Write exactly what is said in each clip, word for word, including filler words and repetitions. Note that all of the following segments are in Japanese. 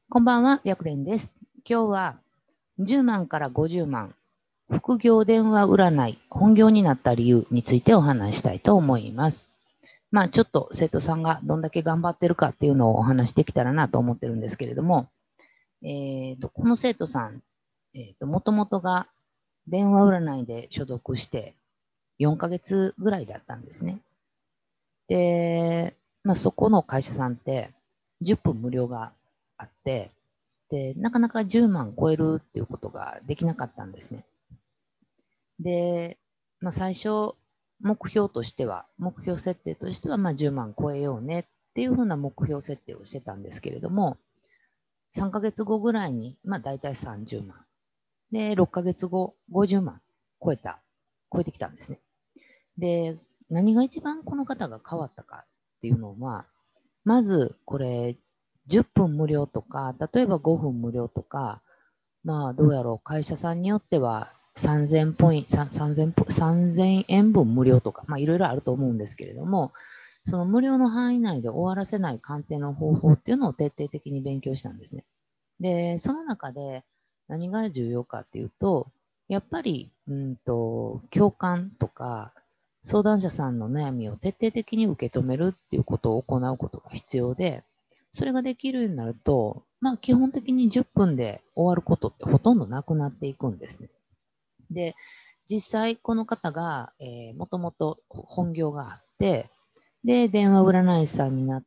こんばんは、白蓮です。今日はじゅうまんからごじゅうまん、副業電話占い、本業になった理由についてお話したいと思います。まあ、ちょっと生徒さんがどんだけ頑張ってるかっていうのをお話できたらなと思ってるんですけれども、えーと、この生徒さん、えーと、もともとが電話占いで所属してよんかげつぐらいだったんですね。で、まあ、そこの会社さんってじゅっぷん無料があって、で、なかなかじゅうまん超えるっていうことができなかったんですね。で、まあ、最初、目標としては、目標設定としては、まあ、じゅうまん超えようねっていうふうな目標設定をしてたんですけれども、さんかげつごぐらいに、まあ、大体さんじゅうまん。で、ろっかげつご、ごじゅうまん超えた、超えてきたんですね。で、何が一番この方が変わったかっていうのは、まず、これ、じゅっぷん無料とか、例えばごふん無料とか、まあ、どうやろう。会社さんによっては、さんぜんポイント、さんぜんポさんぜんえんぶん無料とか、まあ、いろいろあると思うんですけれども、その無料の範囲内で終わらせない鑑定の方法っていうのを徹底的に勉強したんですね。で、その中で何が重要かっていうと、やっぱり、うんと、共感とか、相談者さんの悩みを徹底的に受け止めるっていうことを行うことが必要で、それができるようになると、まあ基本的にじゅっぷんで終わることってほとんどなくなっていくんですね。で、実際この方が、えー、もともと本業があって、で、電話占い師さんになって、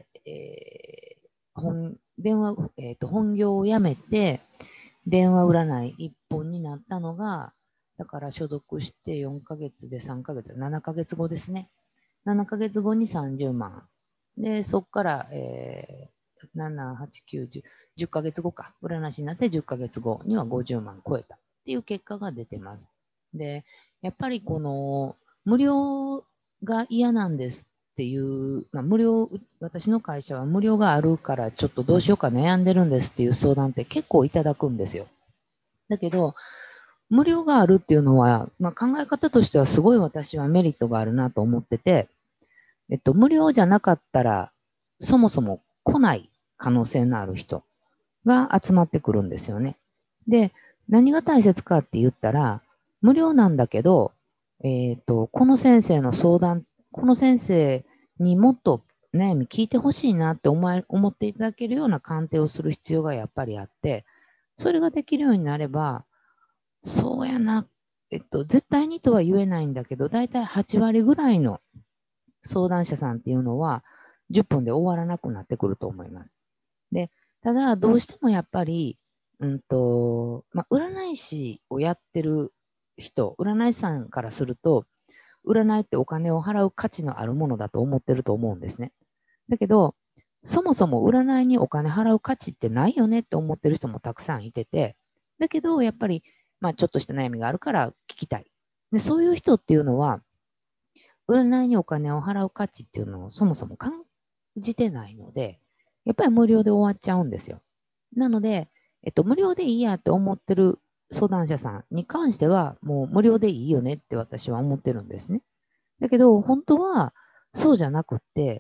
えー本電話、えーと、本業を辞めて、電話占い一本になったのが、だから所属してよんかげつでさんかげつ、ななかげつごですね。ななかげつごにさんじゅうまん。で、そこから、えー、なな、はち、きゅう、じゅう、じゅっかげつごか。占い師になってじゅっかげつごにはごじゅうまん超えたっていう結果が出てます。で、やっぱりこの、無料が嫌なんですっていう、まあ、無料、私の会社は無料があるからちょっとどうしようか悩んでるんですっていう相談って結構いただくんですよ。だけど、無料があるっていうのは、まあ、考え方としてはすごい私はメリットがあるなと思ってて、えっと、無料じゃなかったら、そもそも来ない可能性のある人が集まってくるんですよね。で、何が大切かって言ったら、無料なんだけど、えっと、この先生の相談、この先生にもっと悩み聞いてほしいなって思い思っていただけるような鑑定をする必要がやっぱりあって、それができるようになれば、そうやな、えっと、絶対にとは言えないんだけど、だいたいはち割ぐらいの相談者さんっていうのは、じゅっぷんで終わらなくなってくると思います。で、ただ、どうしてもやっぱり、うんと、まあ、占い師をやってる人、占い師さんからすると、占いってお金を払う価値のあるものだと思ってると思うんですね。だけど、そもそも占いにお金払う価値ってないよねって思ってる人もたくさんいてて、だけど、やっぱり、まあ、ちょっとした悩みがあるから聞きたい。で、そういう人っていうのは、占いにお金を払う価値っていうのをそもそも感じてないので、やっぱり無料で終わっちゃうんですよ。なので、えっと、無料でいいやって思ってる相談者さんに関しては、もう無料でいいよねって私は思ってるんですね。だけど、本当はそうじゃなくって、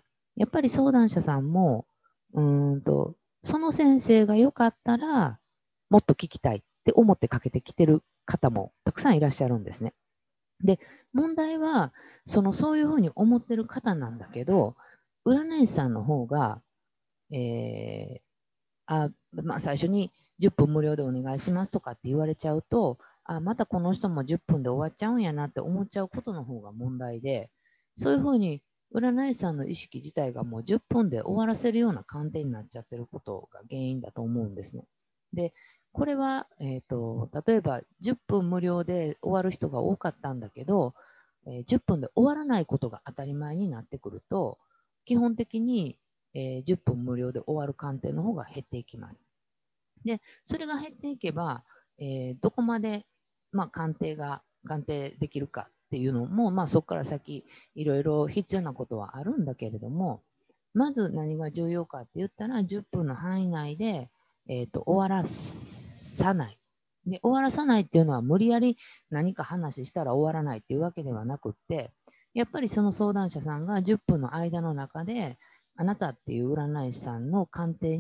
やっぱり相談者さんも、うーんと、その先生が良かったら、もっと聞きたいって思ってかけてきてる方もたくさんいらっしゃるんですね。で、問題は、その、そういうふうに思ってる方なんだけど、占い師さんの方が、えーあ、まあ、最初にじゅっぷん無料でお願いしますとかって言われちゃうと、あ、またこの人もじゅっぷんで終わっちゃうんやなって思っちゃうことの方が問題で、そういうふうに占い師さんの意識自体がもうじゅっぷんで終わらせるような観点になっちゃってることが原因だと思うんですね。で、これは、えっと、例えばじゅっぷん無料で終わる人が多かったんだけど、えーじゅっぷんで終わらないことが当たり前になってくると、基本的に、えーじゅっぷん無料で終わる鑑定の方が減っていきます。で、それが減っていけば、えーどこまで、まあ、鑑定が、鑑定できるかっていうのも、まあ、そこから先、いろいろ必要なことはあるんだけれども、まず何が重要かって言ったら、じゅっぷんの範囲内で、えーと、終わらさない。で、終わらさないっていうのは、無理やり何か話したら終わらないっていうわけではなくって、やっぱりその相談者さんがじゅっぷんの間の中で、あなたっていう占い師さんの鑑定に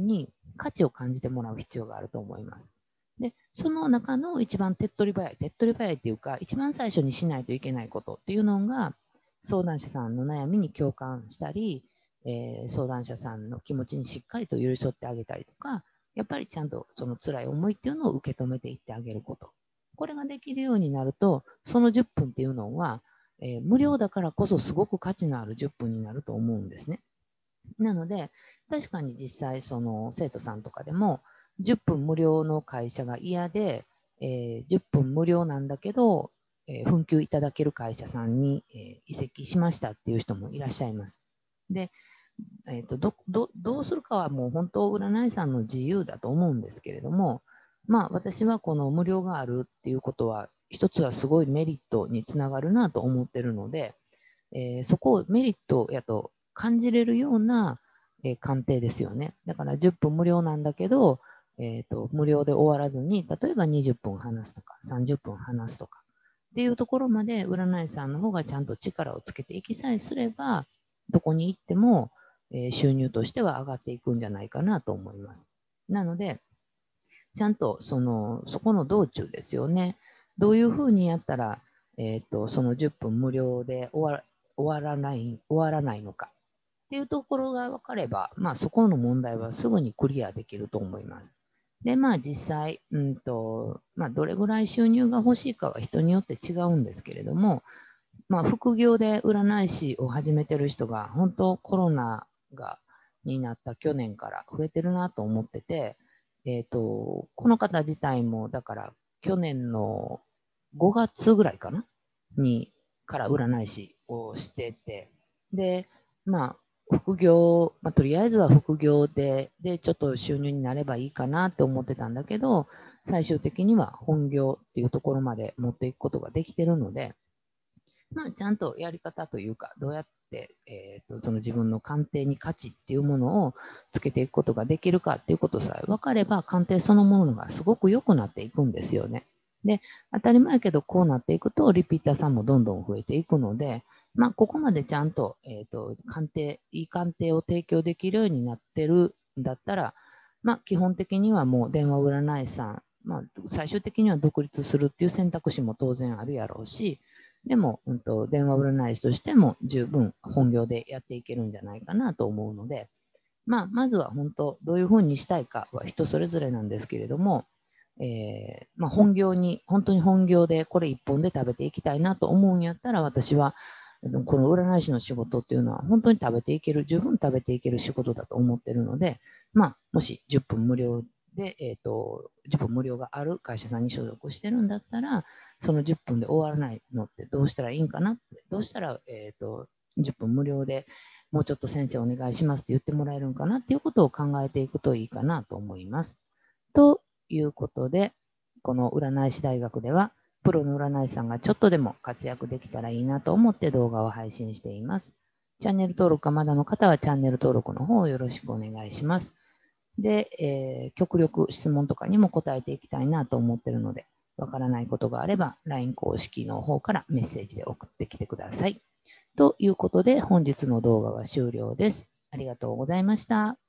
価値を感じてもらう必要があると思います。で、その中の一番手っ取り早い、手っ取り早いっていうか、一番最初にしないといけないことっていうのが、相談者さんの悩みに共感したり、えー、相談者さんの気持ちにしっかりと寄り添ってあげたりとか、やっぱりちゃんとその辛い思いっていうのを受け止めていってあげること。これができるようになると、そのじゅっぷんっていうのは、えー、無料だからこそすごく価値のあるじゅっぷんになると思うんですね。なので、確かに実際、その生徒さんとかでも、じゅっぷん無料の会社が嫌で、えー、じゅっぷん無料なんだけど、えー、紛糾いただける会社さんに、えー移籍しましたっていう人もいらっしゃいます。で、えーと、どどどうするかはもう本当、占い師さんの自由だと思うんですけれども、まあ、私はこの無料があるっていうことは、一つはすごいメリットにつながるなと思ってるので、えーそこをメリットやと感じれるような、えー鑑定ですよね。だからじゅっぷん無料なんだけど、えーと、無料で終わらずに、例えばにじゅっぷん話すとか、さんじゅっぷん話すとか、っていうところまで占い師さんの方がちゃんと力をつけていきさえすれば、どこに行っても、えー収入としては上がっていくんじゃないかなと思います。なので、ちゃんとその、そこの道中ですよね。どういうふうにやったら、えっと、そのじゅっぷん無料で終わ終わらない、終わらないのかっていうところが分かれば、まあそこの問題はすぐにクリアできると思います。で、まあ実際、うんと、まあどれぐらい収入が欲しいかは人によって違うんですけれども、まあ副業で占い師を始めてる人が、本当コロナが、になった去年から増えてるなと思ってて、えっと、この方自体も、だから去年のごがつぐらいかなに、から占い師をしてて、で、まあ、副業、まあ、とりあえずは副業で、で、ちょっと収入になればいいかなって思ってたんだけど、最終的には本業っていうところまで持っていくことができてるので、まあ、ちゃんとやり方というか、どうやって、えーと、その自分の鑑定に価値っていうものをつけていくことができるかっていうことさえ分かれば、鑑定そのものがすごく良くなっていくんですよね。で、当たり前やけど、こうなっていくと、リピーターさんもどんどん増えていくので、まあ、ここまでちゃんと、えっと、鑑定、いい鑑定を提供できるようになってるんだったら、まあ、基本的にはもう電話占い師さん、まあ、最終的には独立するっていう選択肢も当然あるやろうし、でも、うんと、電話占い師としても十分本業でやっていけるんじゃないかなと思うので、まあ、まずは本当、どういうふうにしたいかは人それぞれなんですけれども、えーまあ、本業に、本当に本業でこれ一本で食べていきたいなと思うんやったら、私は、この占い師の仕事っていうのは本当に食べていける、十分食べていける仕事だと思ってるので、まあ、もしじゅっぷん無料で、えっと、じゅっぷん無料がある会社さんに所属してるんだったら、そのじゅっぷんで終わらないのってどうしたらいいんかなって、どうしたら、えっと、じゅっぷん無料でもうちょっと先生お願いしますって言ってもらえるんかなっていうことを考えていくといいかなと思います。ということで、この占い師大学では、プロの占い師さんがちょっとでも活躍できたらいいなと思って動画を配信しています。チャンネル登録がまだの方はチャンネル登録の方をよろしくお願いします。で、えー極力質問とかにも答えていきたいなと思っているので、わからないことがあれば ライン 公式の方からメッセージで送ってきてください。ということで本日の動画は終了です。ありがとうございました。